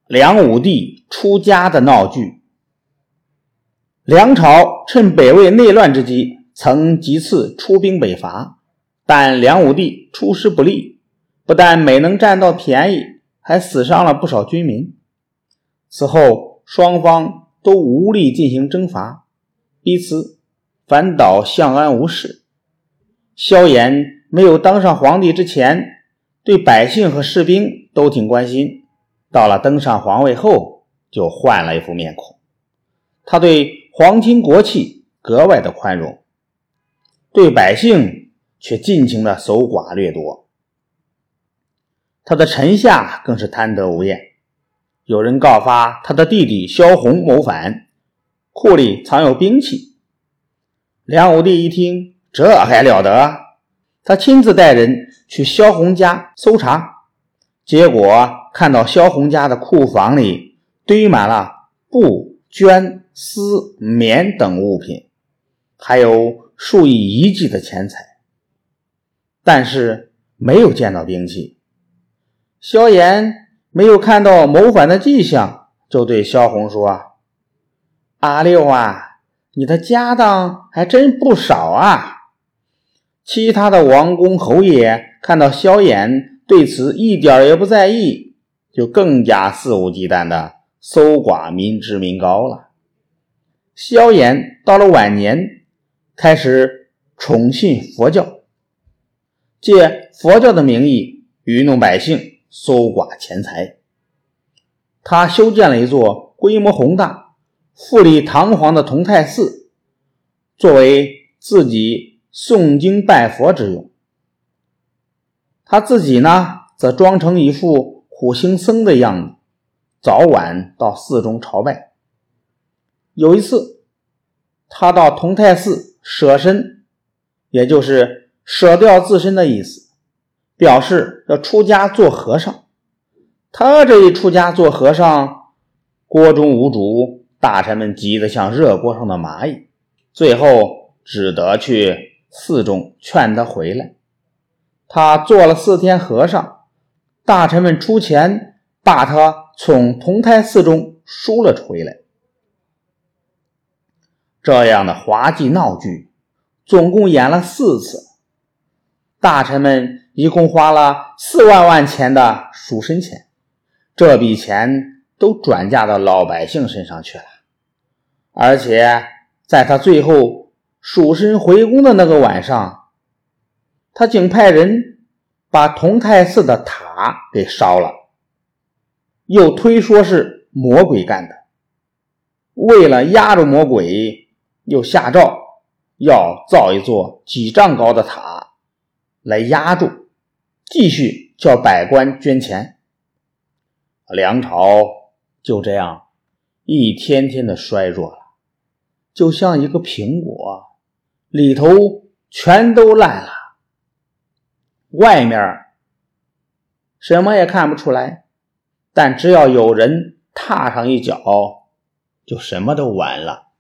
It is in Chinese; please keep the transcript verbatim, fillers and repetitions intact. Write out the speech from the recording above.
梁武帝出家的闹剧。梁朝趁北魏内乱之机，曾几次出兵北伐，但梁武帝出师不利，不但没能占到便宜，还死伤了不少军民。此后双方都无力进行征伐，彼此反倒相安无事。萧衍没有当上皇帝之前，对百姓和士兵都挺关心，到了登上皇位后就换了一副面孔。他对皇亲国戚格外的宽容，对百姓却尽情的搜刮掠夺。他的臣下更是贪得无厌，有人告发他的弟弟萧红谋反，库里藏有兵器。梁武帝一听，这还了得，他亲自带人去萧红家搜查，结果看到萧红家的库房里堆满了布、绢、丝、棉等物品，还有数以亿计的钱财，但是没有见到兵器。萧衍没有看到谋反的迹象，就对萧红说：阿六啊，你的家当还真不少啊。其他的王公侯爷看到萧衍对此一点也不在意，就更加肆无忌惮地搜刮民脂民膏了。萧衍到了晚年，开始宠信佛教，借佛教的名义愚弄百姓，搜刮钱财。他修建了一座规模宏大、富丽堂皇的同泰寺，作为自己诵经拜佛之用。他自己呢，则装成一副苦行僧的样子，早晚到寺中朝拜。有一次，他到同泰寺舍身，也就是舍掉自身的意思，表示要出家做和尚。他这一出家做和尚，锅中无主，大臣们急得像热锅上的蚂蚁，最后只得去寺中劝他回来。他做了四天和尚，大臣们出钱把他从同泰寺中赎了回来。这样的滑稽闹剧总共演了四次，大臣们一共花了四万万钱的赎身钱，这笔钱都转嫁到老百姓身上去了。而且在他最后赎身回宫的那个晚上，他竟派人把同泰寺的塔给烧了，又推说是魔鬼干的。为了压住魔鬼，又下诏要造一座几丈高的塔来压住，继续叫百官捐钱。梁朝就这样一天天的衰弱了，就像一个苹果，里头全都烂了，外面什么也看不出来，但只要有人踏上一脚，就什么都完了。